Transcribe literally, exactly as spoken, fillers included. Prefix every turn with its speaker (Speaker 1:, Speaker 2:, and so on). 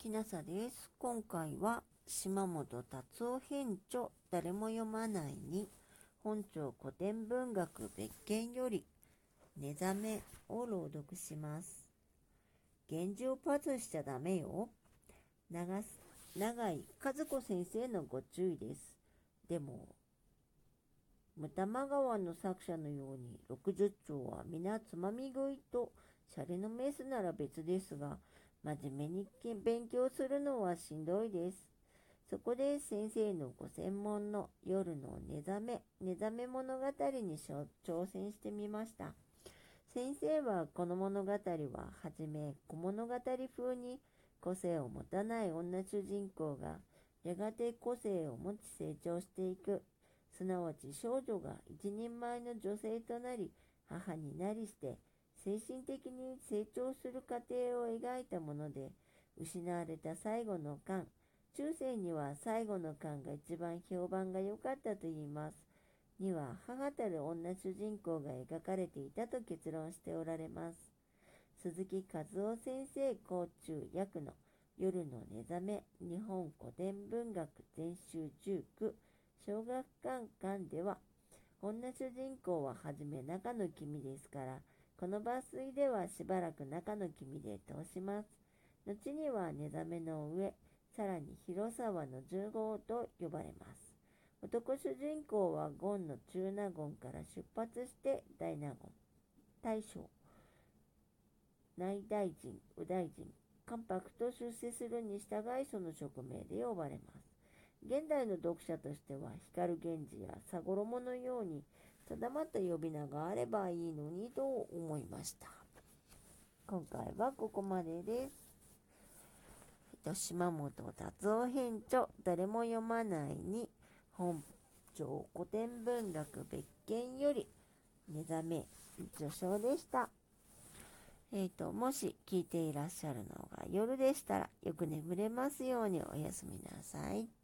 Speaker 1: きなさです。今回は島本達夫編著誰も読まないに本庁古典文学別件より寝覚めを朗読します。源氏をパスしちゃダメよ。長長井和子先生のご注意です。でも無玉川の作者のようにろくじゅっちょうは皆つまみ食いとシャレのメスなら別ですが、真面目に勉強するのはしんどいです。そこで先生のご専門の夜の寝覚め、寝覚め物語に挑戦してみました。先生はこの物語ははじめ小物語風に個性を持たない女主人公がやがて個性を持ち成長していく、すなわち少女が一人前の女性となり母になりして精神的に成長する過程を描いたもので、失われた最後の巻、中世には最後の巻が一番評判が良かったといいます。には母たる女主人公が描かれていたと結論しておられます。鈴木和夫先生甲冑訳の夜の寝覚め日本古典文学全集じゅうきゅう小学館巻では、女主人公ははじめ中の君ですから、この抜粋ではしばらく中の君で通します。後には寝覚めの上、さらに広沢の十号と呼ばれます。男主人公は権の中納言から出発して大納言、大将、内大臣、右大臣、関白と出世するに従いその職名で呼ばれます。現代の読者としては光源氏や羽衣のように定まった呼び名があればいいのにと思いました。今回はここまでです。島本達夫編著誰も読まないに本庁古典文学別件より寝覚め序章でした。えーと、もし聞いていらっしゃるのが夜でしたらよく眠れますようにおやすみなさい。